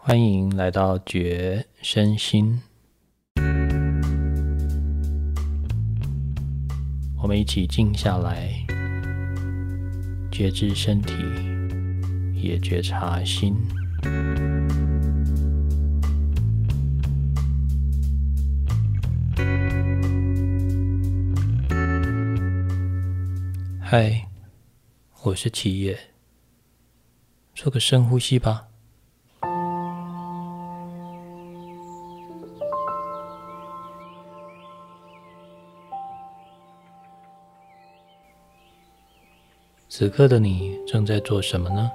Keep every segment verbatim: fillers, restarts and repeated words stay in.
欢迎来到觉身心，我们一起静下来，觉知身体，也觉察心。嗨，我是七叶，做个深呼吸吧。此刻的你正在做什么呢？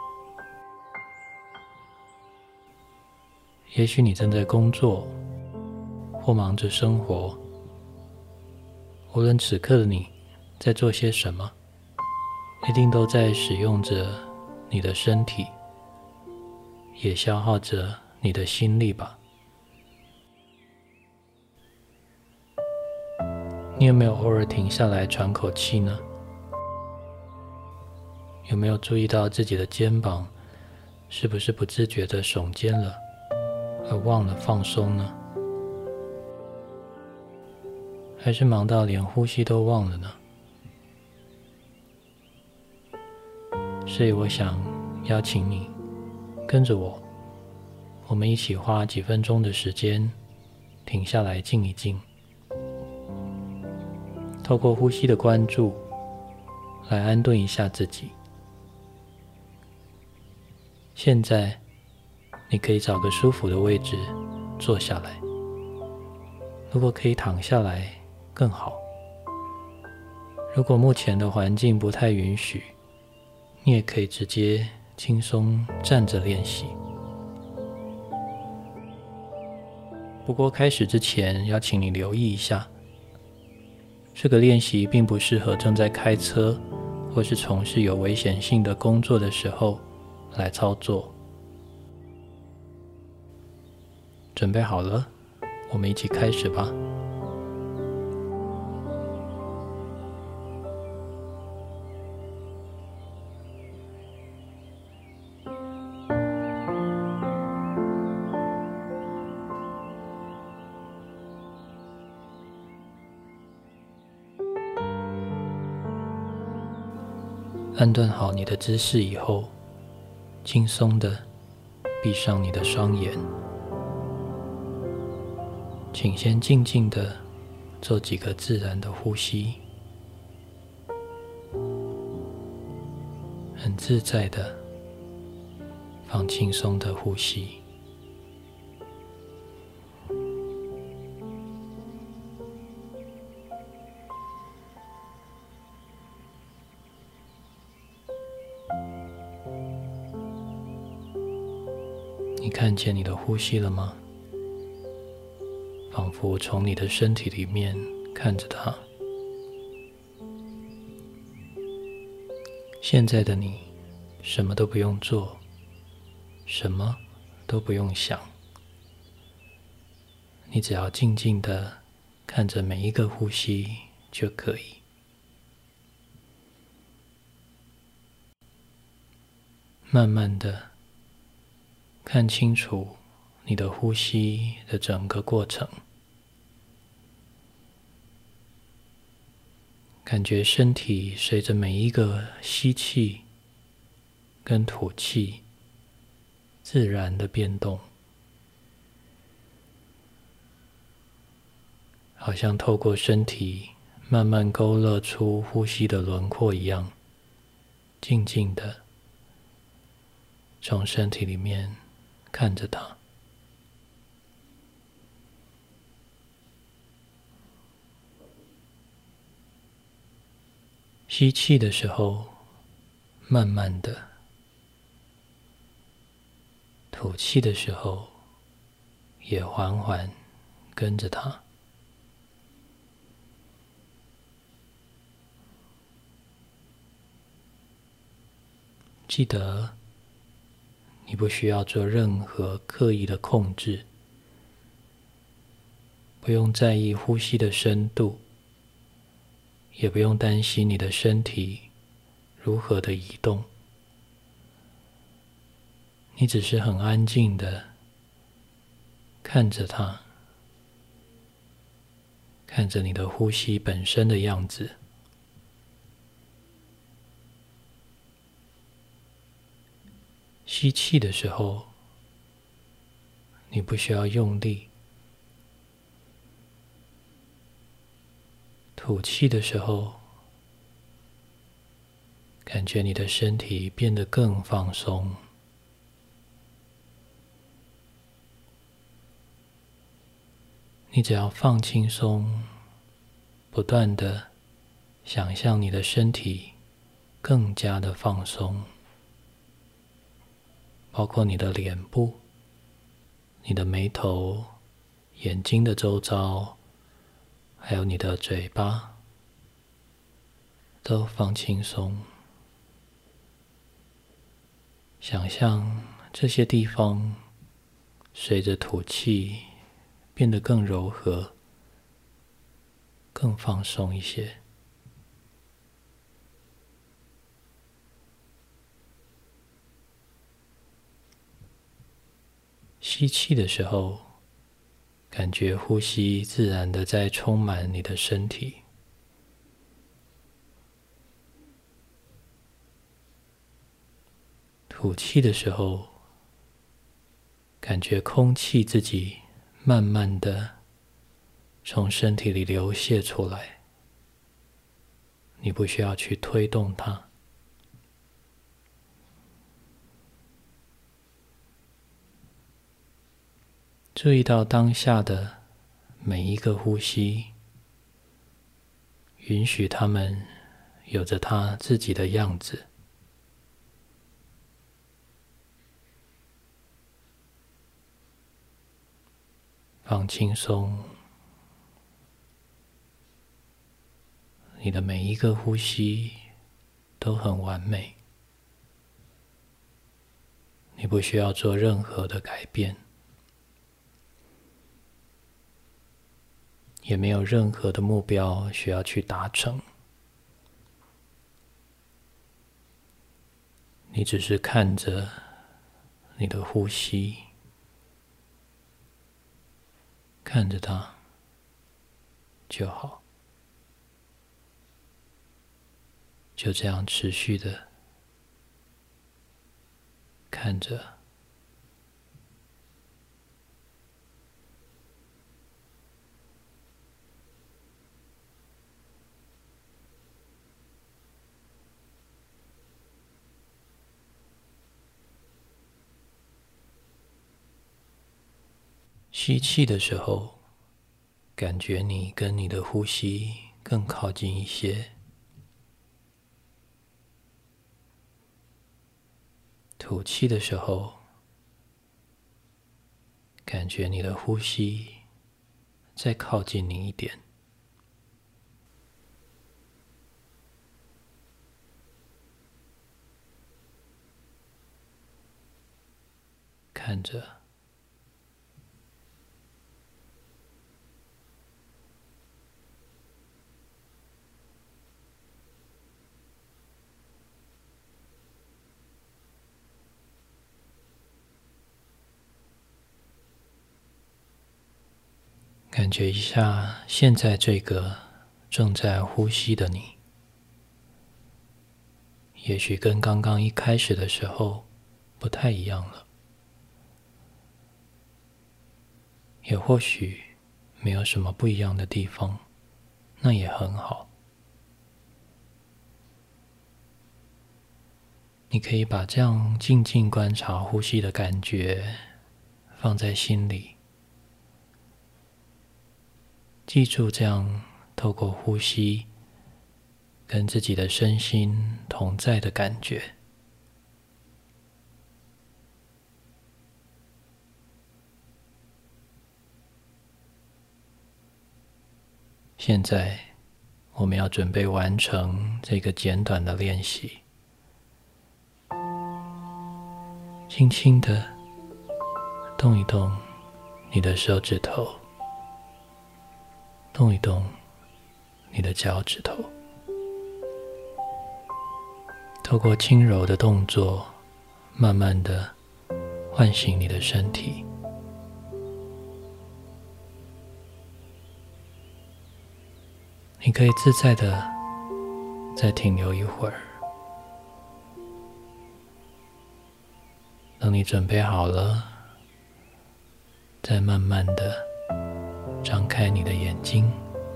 也许你正在工作，或忙着生活。无论此刻的你在做些什么，一定都在使用着你的身体，也消耗着你的心力吧。你有没有偶尔停下来喘口气呢？有没有注意到自己的肩膀是不是不自觉地耸肩了，而忘了放松呢？还是忙到连呼吸都忘了呢？所以我想邀请你跟着我，我们一起花几分钟的时间停下来静一静，透过呼吸的关注来安顿一下自己。现在你可以找个舒服的位置坐下来，如果可以躺下来更好。如果目前的环境不太允许，你也可以直接轻松站着练习。不过开始之前要请你留意一下，这个练习并不适合正在开车或是从事有危险性的工作的时候来操作。准备好了，我们一起开始吧。安顿好你的姿势以后，轻松地闭上你的双眼，请先静静地做几个自然的呼吸，很自在地放轻松的呼吸。你看见你的呼吸了吗？仿佛从你的身体里面看着它。现在的你什么都不用做，什么都不用想，你只要静静地看着每一个呼吸就可以。慢慢地看清楚你的呼吸的整个过程，感觉身体随着每一个吸气跟吐气自然的变动，好像透过身体慢慢勾勒出呼吸的轮廓一样，静静的从身体里面看着它。吸气的时候，慢慢的；吐气的时候，也缓缓跟着它。记得，你不需要做任何刻意的控制，不用在意呼吸的深度，也不用担心你的身体如何的移动。 你只是很安静的看着它，看着你的呼吸本身的样子。吸气的时候，你不需要用力；吐气的时候，感觉你的身体变得更放松。你只要放轻松，不断的想象你的身体更加的放松，包括你的脸部、你的眉头、眼睛的周遭，还有你的嘴巴，都放轻松。想象这些地方随着吐气变得更柔和，更放松一些。吸气的时候，感觉呼吸自然的在充满你的身体。吐气的时候，感觉空气自己慢慢的从身体里流泻出来，你不需要去推动它。注意到当下的每一个呼吸，允许它们有着它自己的样子。放轻松，你的每一个呼吸都很完美，你不需要做任何的改变，也没有任何的目标需要去达成。你只是看着你的呼吸，看着它就好，就这样持续的看着。吸气的时候，感觉你跟你的呼吸更靠近一些。吐气的时候，感觉你的呼吸再靠近你一点。看着。感觉一下现在这个正在呼吸的你，也许跟刚刚一开始的时候不太一样了，也或许没有什么不一样的地方，那也很好。你可以把这样静静观察呼吸的感觉放在心里，记住这样透过呼吸跟自己的身心同在的感觉。现在我们要准备完成这个简短的练习，轻轻的动一动你的手指头，动一动你的脚趾头，透过轻柔的动作，慢慢的唤醒你的身体。你可以自在的再停留一会儿，等你准备好了，再慢慢的张开你的眼睛。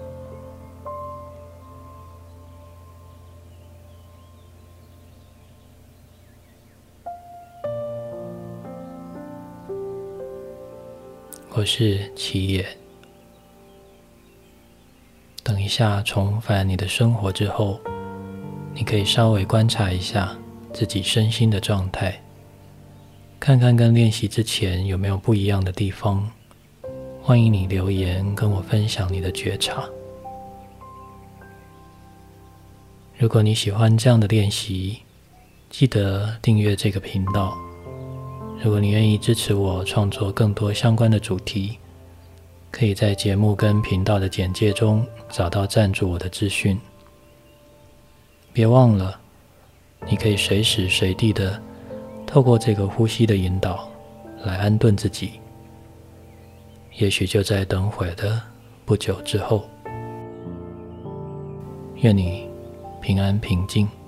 我是齐野。等一下重返你的生活之后，你可以稍微观察一下自己身心的状态，看看跟练习之前有没有不一样的地方。欢迎你留言跟我分享你的觉察。如果你喜欢这样的练习，记得订阅这个频道。如果你愿意支持我创作更多相关的主题，可以在节目跟频道的简介中找到赞助我的资讯。别忘了，你可以随时随地的透过这个呼吸的引导来安顿自己，也许就在等会的不久之后。愿你平安平静。